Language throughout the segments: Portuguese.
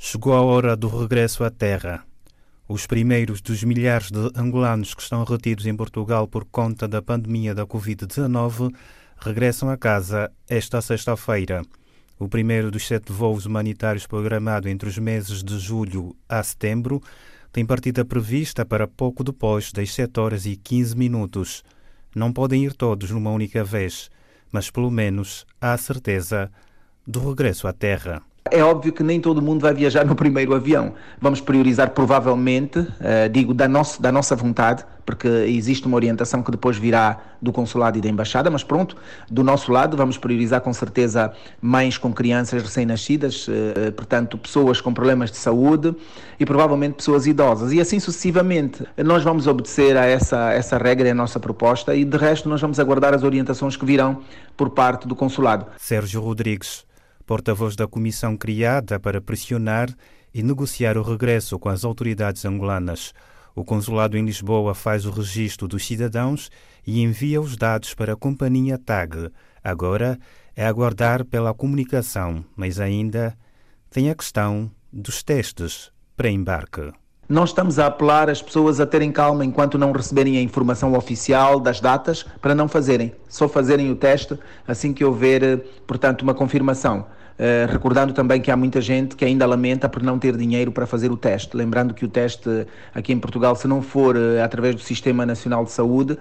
Chegou a hora do regresso à terra. Os primeiros dos milhares de angolanos que estão retidos em Portugal por conta da pandemia da Covid-19 regressam a casa esta sexta-feira. O primeiro dos 7 voos humanitários programado entre os meses de julho a setembro tem partida prevista para pouco depois das 7h15. Não podem ir todos numa única vez, mas pelo menos há a certeza do regresso à terra. É óbvio que nem todo mundo vai viajar no primeiro avião. Vamos priorizar provavelmente, da nossa vontade, porque existe uma orientação que depois virá do consulado e da embaixada, mas pronto, do nosso lado vamos priorizar com certeza mães com crianças recém-nascidas, portanto pessoas com problemas de saúde e provavelmente pessoas idosas. E assim sucessivamente. Nós vamos obedecer a essa regra, é a nossa proposta, e de resto nós vamos aguardar as orientações que virão por parte do consulado. Sérgio Rodrigues, porta-voz da comissão criada para pressionar e negociar o regresso com as autoridades angolanas. O consulado em Lisboa faz o registro dos cidadãos e envia os dados para a companhia TAG. Agora é aguardar pela comunicação, mas ainda tem a questão dos testes para embarque. Nós estamos a apelar as pessoas a terem calma enquanto não receberem a informação oficial das datas para não fazerem, só fazerem o teste assim que houver, portanto, uma confirmação. Recordando também que há muita gente que ainda lamenta por não ter dinheiro para fazer o teste. Lembrando que o teste aqui em Portugal, se não for através do Sistema Nacional de Saúde,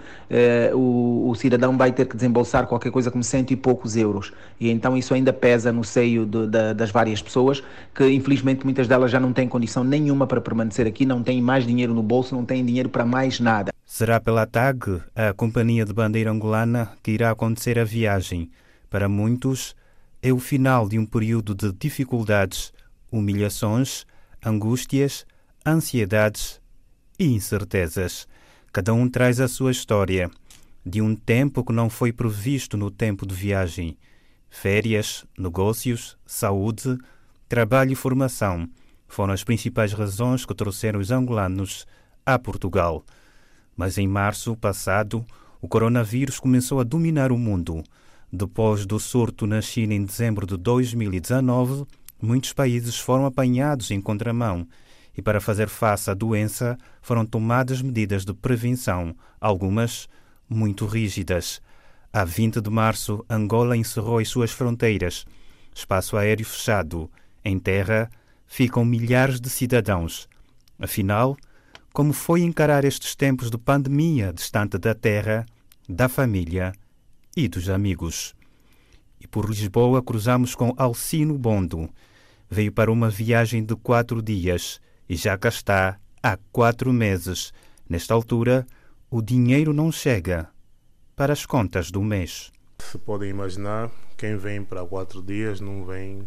o cidadão vai ter que desembolsar qualquer coisa como 100 e poucos euros. E então isso ainda pesa no seio das várias pessoas, que infelizmente muitas delas já não têm condição nenhuma para permanecer aqui, não têm mais dinheiro no bolso, não têm dinheiro para mais nada. Será pela TAG, a companhia de bandeira angolana, que irá acontecer a viagem. Para muitos, é o final de um período de dificuldades, humilhações, angústias, ansiedades e incertezas. Cada um traz a sua história, de um tempo que não foi previsto no tempo de viagem. Férias, negócios, saúde, trabalho e formação foram as principais razões que trouxeram os angolanos a Portugal. Mas em março passado, o coronavírus começou a dominar o mundo. Depois do surto na China em dezembro de 2019, muitos países foram apanhados em contramão e, para fazer face à doença, foram tomadas medidas de prevenção, algumas muito rígidas. A 20 de março, Angola encerrou as suas fronteiras. Espaço aéreo fechado. Em terra, ficam milhares de cidadãos. Afinal, como foi encarar estes tempos de pandemia distante da terra, da família e dos amigos? E por Lisboa cruzamos com Alcino Bondo. Veio para uma viagem de 4 dias e já cá está há 4 meses. Nesta altura, o dinheiro não chega para as contas do mês. Se podem imaginar, quem vem para 4 dias não vem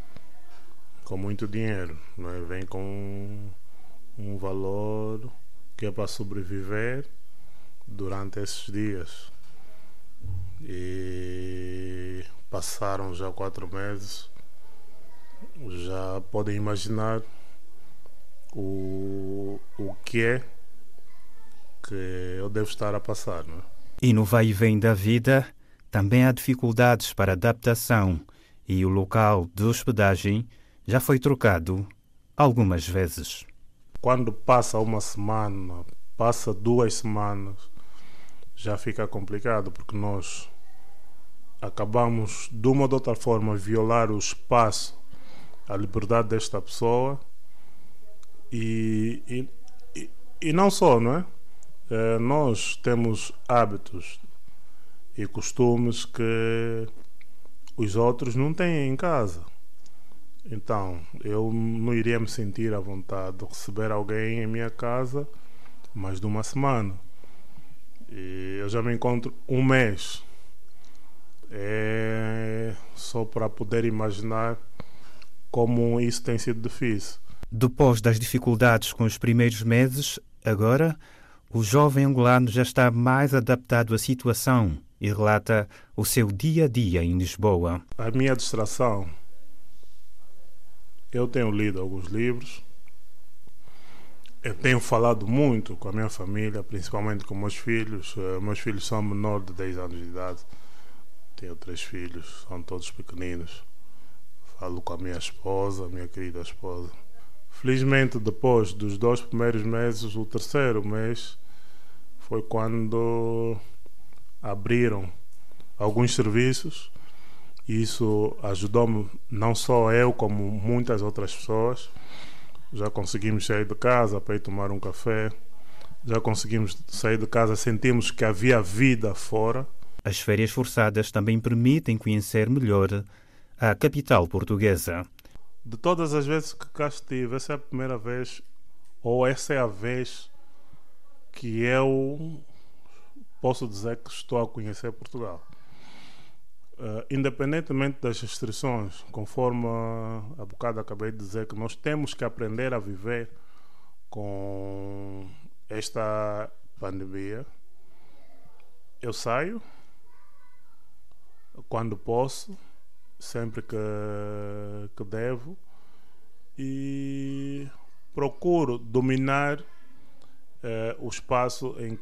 com muito dinheiro, não é? Vem com um valor que é para sobreviver durante esses dias. E passaram já 4 meses, já podem imaginar o que é que eu devo estar a passar, não é? E no vai e vem da vida também há dificuldades para adaptação e o local de hospedagem já foi trocado algumas vezes. Quando passa uma semana, passa 2 semanas, já fica complicado, porque nós acabamos de uma ou de outra forma violar o espaço, a liberdade desta pessoa e não só, não é? Nós temos hábitos e costumes que os outros não têm em casa. Então, eu não iria me sentir à vontade de receber alguém em minha casa mais de uma semana. E eu já me encontro 1 mês. É só para poder imaginar como isso tem sido difícil. Depois das dificuldades com os primeiros meses, agora o jovem angolano já está mais adaptado à situação e relata o seu dia-a-dia em Lisboa. A minha distração, eu tenho lido alguns livros, eu tenho falado muito com a minha família, principalmente com meus filhos. Meus filhos são menores de 10 anos de idade, tenho 3 filhos, são todos pequeninos, falo com a minha esposa, minha querida esposa. Felizmente, depois dos 2 primeiros meses, o terceiro mês foi quando abriram alguns serviços. Isso ajudou-me, não só eu, como muitas outras pessoas. Já conseguimos sair de casa para ir tomar um café. Já conseguimos sair de casa, sentimos que havia vida fora. As férias forçadas também permitem conhecer melhor a capital portuguesa. De todas as vezes que cá estive, essa é a primeira vez, ou essa é a vez que eu posso dizer que estou a conhecer Portugal. Independentemente das restrições, conforme há bocado acabei de dizer, que nós temos que aprender a viver com esta pandemia. Eu saio quando posso, sempre que devo, e procuro dominar o espaço em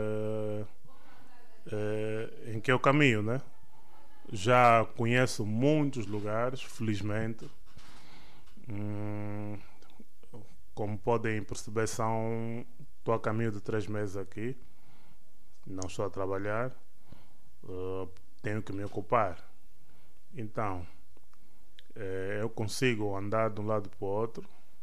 que eu caminho, né? Já conheço muitos lugares, felizmente. Como podem perceber, estou a caminho de 3 meses aqui. Não estou a trabalhar. Tenho que me ocupar. Então, eu consigo andar de um lado para o outro.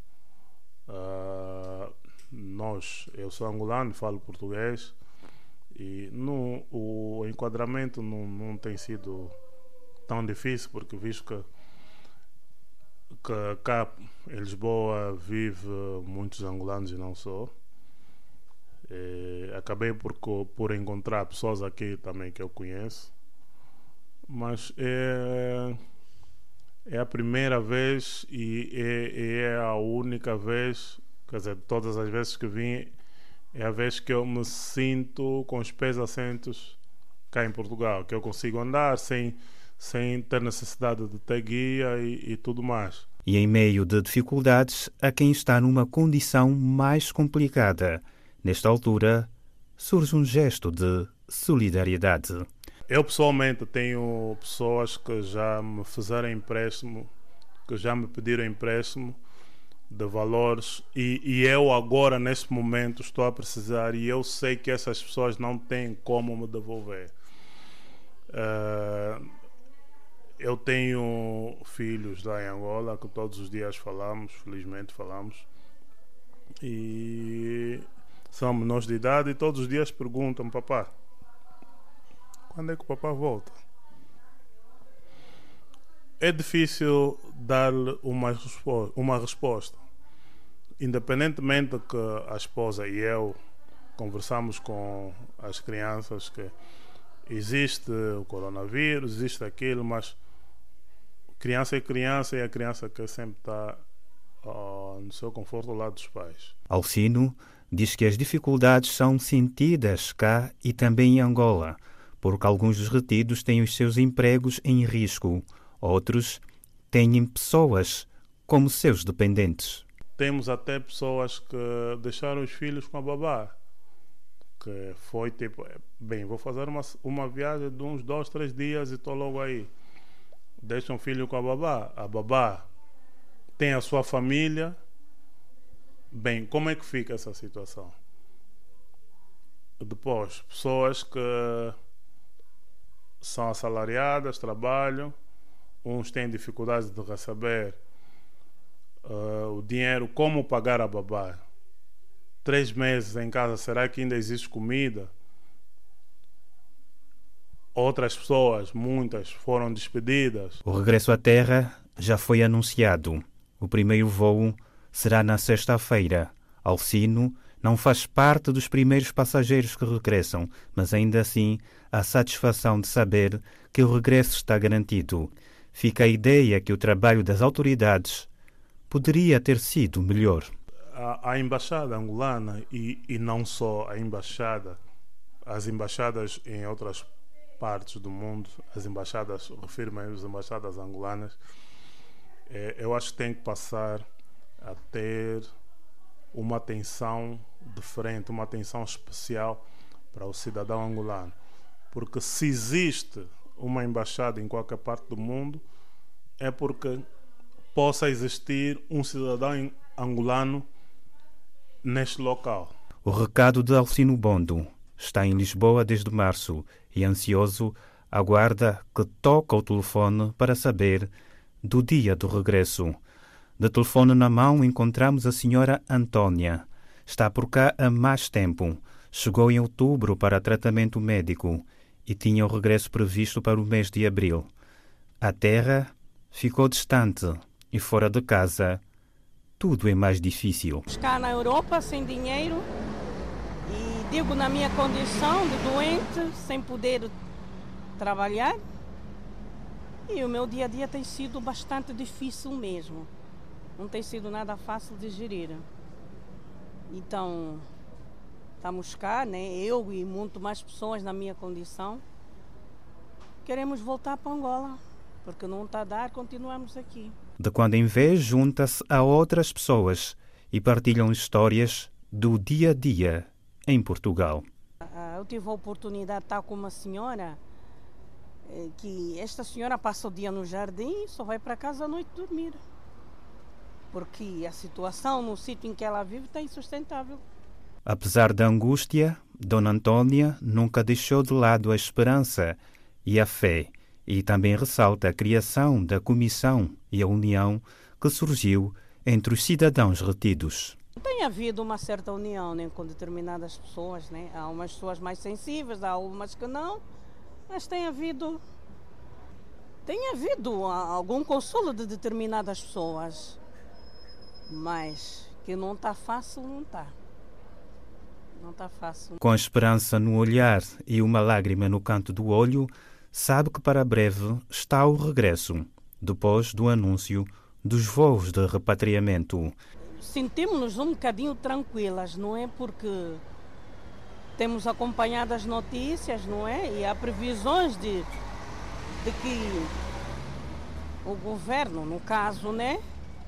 Eu sou angolano, falo português. E o enquadramento não tem sido tão difícil, porque visto que cá em Lisboa vive muitos angolanos e não só. Acabei por encontrar pessoas aqui também que eu conheço. Mas é a primeira vez e é a única vez, quer dizer, todas as vezes que vim, é a vez que eu me sinto com os pés assentos cá em Portugal, que eu consigo andar sem ter necessidade de ter guia e tudo mais. E em meio de dificuldades, há quem está numa condição mais complicada. Nesta altura, surge um gesto de solidariedade. Eu pessoalmente tenho pessoas que já me fizeram empréstimo, que já me pediram empréstimo de valores e eu agora neste momento estou a precisar, e eu sei que essas pessoas não têm como me devolver. Eu tenho filhos lá em Angola que todos os dias falamos, felizmente falamos, e são menores de idade e todos os dias perguntam: papá, quando é que o papá volta? É difícil dar-lhe uma resposta. Independentemente que a esposa e eu conversamos com as crianças que existe o coronavírus, existe aquilo, mas criança é criança, e a criança que sempre está no seu conforto ao lado dos pais. Alcino diz que as dificuldades são sentidas cá e também em Angola, porque alguns dos retidos têm os seus empregos em risco. Outros têm pessoas como seus dependentes. Temos até pessoas que deixaram os filhos com a babá, que foi tipo, bem, vou fazer uma viagem de uns 2, 3 dias e estou logo aí. Deixam o filho com a babá tem a sua família. Bem, como é que fica essa situação? Depois, pessoas que são assalariadas, trabalham, uns têm dificuldades de receber o dinheiro, como pagar a babá? 3 meses em casa, será que ainda existe comida? Outras pessoas, muitas, foram despedidas. O regresso à terra já foi anunciado. O primeiro voo será na sexta-feira. Alcino não faz parte dos primeiros passageiros que regressam, mas ainda assim há satisfação de saber que o regresso está garantido. Fica a ideia que o trabalho das autoridades poderia ter sido melhor. A embaixada angolana e não só a embaixada, as embaixadas em outras partes do mundo, as embaixadas, refiro-me às embaixadas angolanas, eu acho que tem que passar a ter uma atenção diferente, uma atenção especial para o cidadão angolano. Porque se existe uma embaixada em qualquer parte do mundo, é porque possa existir um cidadão angolano neste local. O recado de Alcino Bondo está em Lisboa desde março e, ansioso, aguarda que toque o telefone para saber do dia do regresso. De telefone na mão encontramos a senhora Antônia. Está por cá há mais tempo. Chegou em outubro para tratamento médico e tinha o regresso previsto para o mês de abril. A terra ficou distante e fora de casa tudo é mais difícil. Cá na Europa, sem dinheiro, e digo na minha condição de doente, sem poder trabalhar, e o meu dia a dia tem sido bastante difícil mesmo. Não tem sido nada fácil de gerir. Então, estamos cá, né? Eu e muito mais pessoas na minha condição, queremos voltar para Angola, porque não está a dar, continuamos aqui. De quando em vez junta-se a outras pessoas e partilham histórias do dia a dia em Portugal. Eu tive a oportunidade de estar com uma senhora, que esta senhora passa o dia no jardim e só vai para casa à noite dormir. Porque a situação no sítio em que ela vive está insustentável. Apesar da angústia, Dona Antônia nunca deixou de lado a esperança e a fé, e também ressalta a criação da comissão e a união que surgiu entre os cidadãos retidos. Tem havido uma certa união, né, com determinadas pessoas, né? Há umas pessoas mais sensíveis, há algumas que não, mas tem havido algum consolo de determinadas pessoas, mas que não está fácil, não está. Não está fácil. Com a esperança no olhar e uma lágrima no canto do olho, sabe que para breve está o regresso, depois do anúncio dos voos de repatriamento. Sentimos-nos um bocadinho tranquilas, não é? Porque temos acompanhado as notícias, não é? E há previsões de que o governo, no caso, né,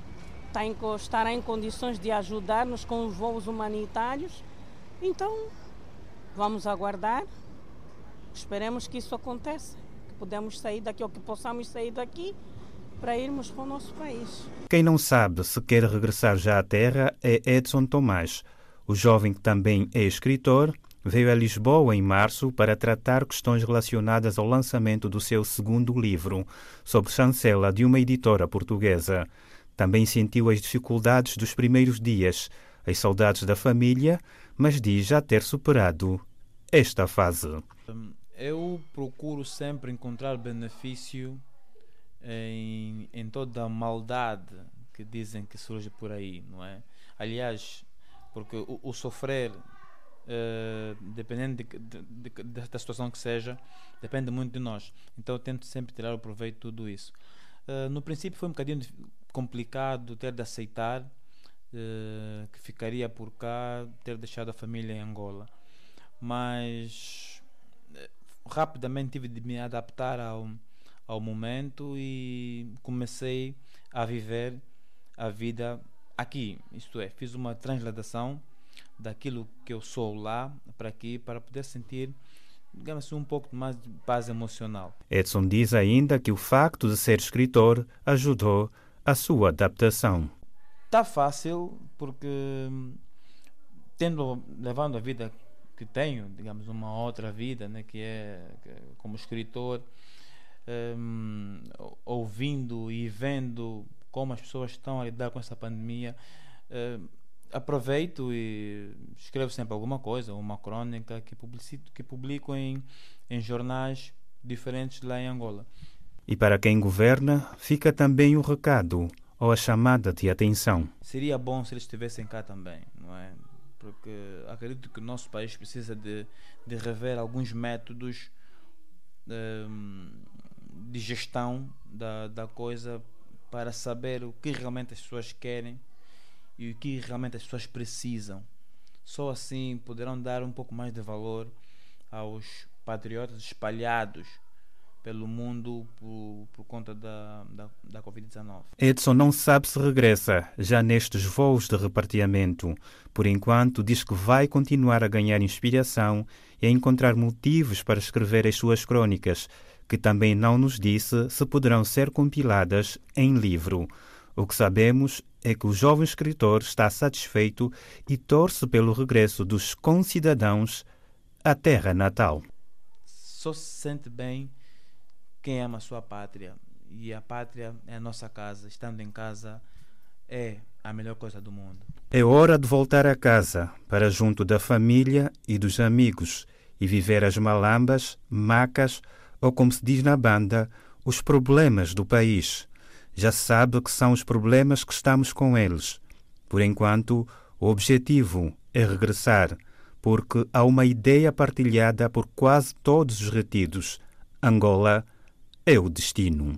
estará em condições de ajudar-nos com os voos humanitários. Então, vamos aguardar. Esperemos que isso aconteça, que podemos sair daqui ou que possamos sair daqui para irmos para o nosso país. Quem não sabe se quer regressar já à terra é Edson Tomás. O jovem, que também é escritor, veio a Lisboa em março para tratar questões relacionadas ao lançamento do seu segundo livro, sob chancela de uma editora portuguesa. Também sentiu as dificuldades dos primeiros dias, as saudades da família, mas diz já ter superado esta fase. Eu procuro sempre encontrar benefício em toda a maldade que dizem que surge por aí, não é? Aliás, porque o sofrer, dependendo da situação que seja, depende muito de nós. Então eu tento sempre tirar o proveito de tudo isso. No princípio foi um bocadinho complicado ter de aceitar que ficaria por cá, ter deixado a família em Angola, mas rapidamente tive de me adaptar ao momento e comecei a viver a vida aqui, isto é, fiz uma transladação daquilo que eu sou lá para aqui, para poder sentir, digamos assim, um pouco mais de paz emocional. Edson diz ainda que o facto de ser escritor ajudou a sua adaptação. Está fácil porque levando a vida que tenho, digamos, uma outra vida, né, que é como escritor, ouvindo e vendo como as pessoas estão a lidar com essa pandemia, aproveito e escrevo sempre alguma coisa, uma crônica que publico em jornais diferentes lá em Angola. E para quem governa, fica também o recado ou a chamada de atenção. Seria bom se eles estivessem cá também, não é? Porque acredito que o nosso país precisa de rever alguns métodos de gestão da coisa para saber o que realmente as pessoas querem e o que realmente as pessoas precisam. Só assim poderão dar um pouco mais de valor aos patriotas espalhados pelo mundo por conta da Covid-19. Edson não sabe se regressa já nestes voos de repatriamento. Por enquanto, diz que vai continuar a ganhar inspiração e a encontrar motivos para escrever as suas crônicas, que também não nos disse se poderão ser compiladas em livro. O que sabemos é que o jovem escritor está satisfeito e torce pelo regresso dos concidadãos à terra natal. Só se sente bem quem ama a sua pátria. E a pátria é a nossa casa. Estando em casa é a melhor coisa do mundo. É hora de voltar a casa, para junto da família e dos amigos, e viver as malambas, macas, ou como se diz na banda, os problemas do país. Já se sabe que são os problemas que estamos com eles. Por enquanto, o objetivo é regressar, porque há uma ideia partilhada por quase todos os retidos. Angola é o destino.